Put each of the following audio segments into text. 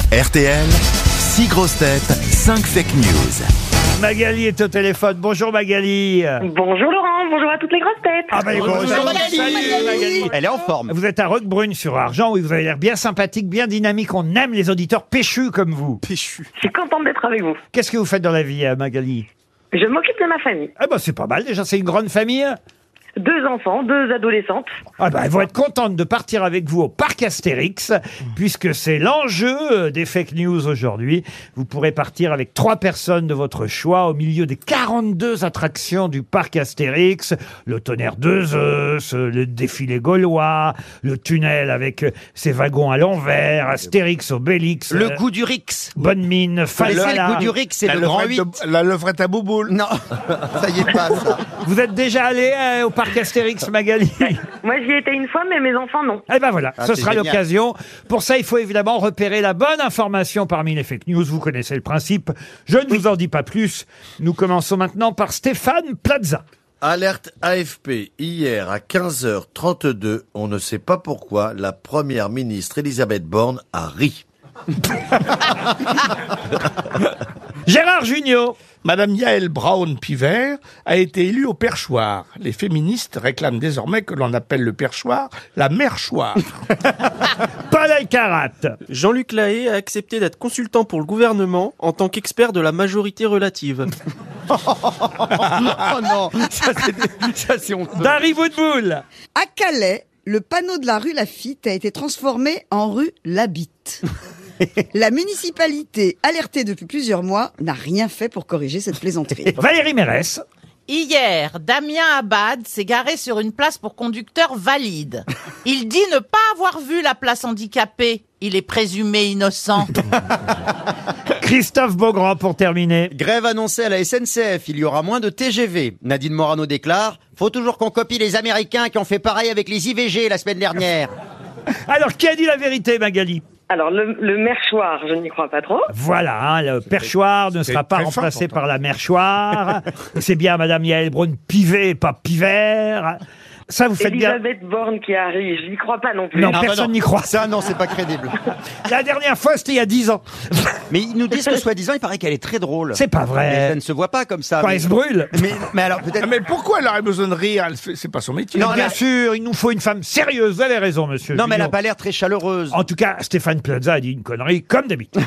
RTL, 6 grosses têtes, 5 fake news. Magali est au téléphone. Bonjour Magali. Bonjour Laurent, bonjour à toutes les grosses têtes. Ah bah bonjour Magali. Salut Magali. Elle est en forme. Vous êtes à Roquebrune-sur-Argent, où vous avez l'air bien sympathique, bien dynamique. On aime les auditeurs péchus comme vous. Péchu. Je suis contente d'être avec vous. Qu'est-ce que vous faites dans la vie, Magali? Je m'occupe de ma famille. Ah bah c'est pas mal déjà, c'est une grande famille. 2 enfants, 2 adolescentes. Ah bah, elles vont être contentes de partir avec vous au parc Astérix, puisque c'est l'enjeu des fake news aujourd'hui. Vous pourrez partir avec 3 personnes de votre choix au milieu des 42 attractions du parc Astérix. Le tonnerre de Zeus, le défilé gaulois, le tunnel avec ses wagons à l'envers, Astérix, Obélix, Le goût du Rix. Bonne Mine, Le Falala. goût du Rix, c'est le grand 8. La levrette à bouboule. Non, ça y est pas, ça. Vous êtes déjà allé au parc Astérix, Magali? Moi j'y étais une fois, mais mes enfants non. Eh ben voilà, Ah, ce c'est sera génial. l'occasion. Pour ça, il faut évidemment repérer la bonne information parmi les fake news. Vous connaissez le principe. Je ne vous en dis pas plus. Nous commençons maintenant par Stéphane Plaza. Alerte AFP, hier à 15h32, on ne sait pas pourquoi, la première ministre Elisabeth Borne a ri. Gérard Jugnot. Madame Yael Braun-Piver a été élue au perchoir. Les féministes réclament désormais que l'on appelle le perchoir la merchoir. Paul Elkarat. Jean-Luc Lahaye a accepté d'être consultant pour le gouvernement en tant qu'expert de la majorité relative. Oh non, ça c'est honteux. Dari Boudboul. À Calais, le panneau de la rue Lafitte a été transformé en rue Labitte. La municipalité, alertée depuis plusieurs mois, n'a rien fait pour corriger cette plaisanterie. Valérie Mérès. Hier, Damien Abad s'est garé sur une place pour conducteur valide. Il dit ne pas avoir vu la place handicapée. Il est présumé innocent. Christophe Beaugrand pour terminer. Grève annoncée à la SNCF, il y aura moins de TGV. Nadine Morano déclare « Faut toujours qu'on copie les Américains qui ont fait pareil avec les IVG la semaine dernière. Alors, qui a dit la vérité, Magali? Alors le merchoir, je n'y crois pas trop. Voilà, hein, le perchoir ne sera pas très fort, remplacé pourtant. par la merchoir. C'est bien Madame Yael Braun-Pivet, pas Piver. Ça, vous faites bien. Elisabeth Borne qui arrive, j'y crois pas non plus. Non, Ah bah personne non. n'y croit. Ça, non, c'est pas crédible. La dernière fois, c'était il y a 10 ans. Mais ils nous disent que soi-disant, il paraît qu'elle est très drôle. C'est pas Mais vrai. ça ne se voit pas comme ça. Quand mais... elle se brûle. mais alors peut-être... Ah, mais pourquoi elle aurait besoin de rire? C'est pas son métier. Non, bien sûr, il nous faut une femme sérieuse. Vous avez raison, monsieur. Non, mais elle Jugnot. a pas l'air très chaleureuse. En tout cas, Stéphane Plaza a dit une connerie comme d'habitude.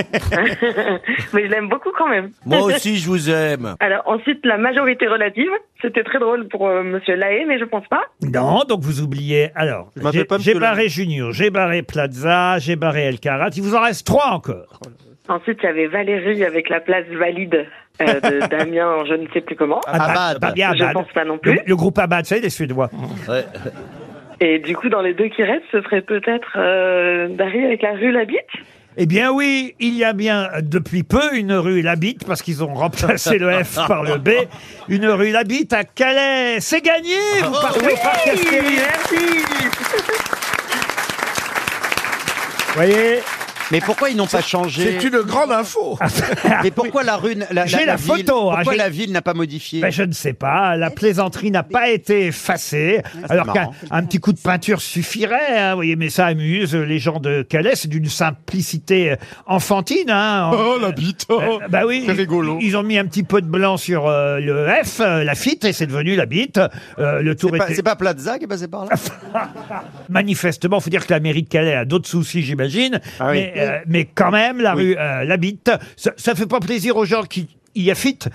Mais je l'aime beaucoup quand même. Moi aussi, je vous aime. Alors ensuite, la majorité relative. C'était très drôle pour Monsieur Lahaye, mais je pense pas. Non, donc vous oubliez. Alors, Je m'appelle pas j'ai Monsieur barré Junior, j'ai barré Plaza, j'ai barré Elkarat. Il vous en reste 3 encore. Ensuite, il y avait Valérie avec la place valide de Damien, je ne sais plus comment. Abad. Pas bien Je Abad. pense pas non plus. Le groupe Abad, c'est les Suédois. Ouais. Et du coup, dans les 2 qui restent, ce serait peut-être Dari avec la rue Labitte. Eh bien oui, il y a bien depuis peu une rue Labitte, parce qu'ils ont remplacé le F par le B, une rue Labitte à Calais. C'est gagné, vous partez au parc Astérix. Merci. Vous voyez, Mais pourquoi ils n'ont pas changé? C'est une grande info. Mais pourquoi la rue... J'ai la ville- photo, hein, Pourquoi j'ai- la ville n'a pas modifié? ben, je ne sais pas, la plaisanterie n'a pas été effacée, alors qu'un marrant. petit coup de peinture suffirait, hein, vous voyez, mais ça amuse les gens de Calais, c'est d'une simplicité enfantine. Hein, Oh, la bite. Oh. Bah oui, C'est rigolo. ils ont mis un petit peu de blanc sur le F, la FIT, et c'est devenu la bite. Le tour était... C'est pas Plaza qui est passé par là? Manifestement, faut dire que la mairie de Calais a d'autres soucis, j'imagine. Ah oui. Mais quand même, la rue Labitte, ça fait pas plaisir aux gens qui y affitent.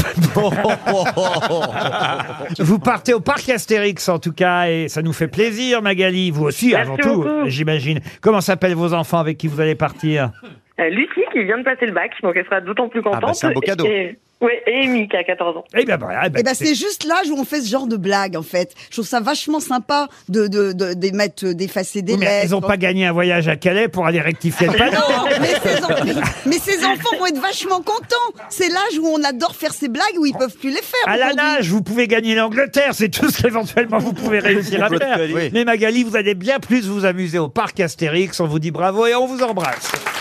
Vous partez au parc Astérix, en tout cas, et ça nous fait plaisir, Magali. Vous aussi, Merci avant tout, beaucoup. j'imagine. Comment s'appellent vos enfants avec qui vous allez partir? Lucie qui vient de passer le bac, donc elle sera d'autant plus contente. bah, c'est un beau cadeau. Et Amy qui a 14 ans. Eh bien, voilà. Eh ben, c'est juste l'âge où on fait ce genre de blague, en fait. Je trouve ça vachement sympa d'effacer des Mais lettres. ils n'ont pas gagné un voyage à Calais pour aller rectifier le panneau. Non, mais ces enfants vont être vachement contents. C'est l'âge où on adore faire ces blagues où ils peuvent plus les faire. À la aujourd'hui. nage, vous pouvez gagner l'Angleterre, c'est tout ce qu'éventuellement vous pouvez réussir à faire. Oui. Mais Magali, vous allez bien plus vous amuser au parc Astérix. On vous dit bravo et on vous embrasse.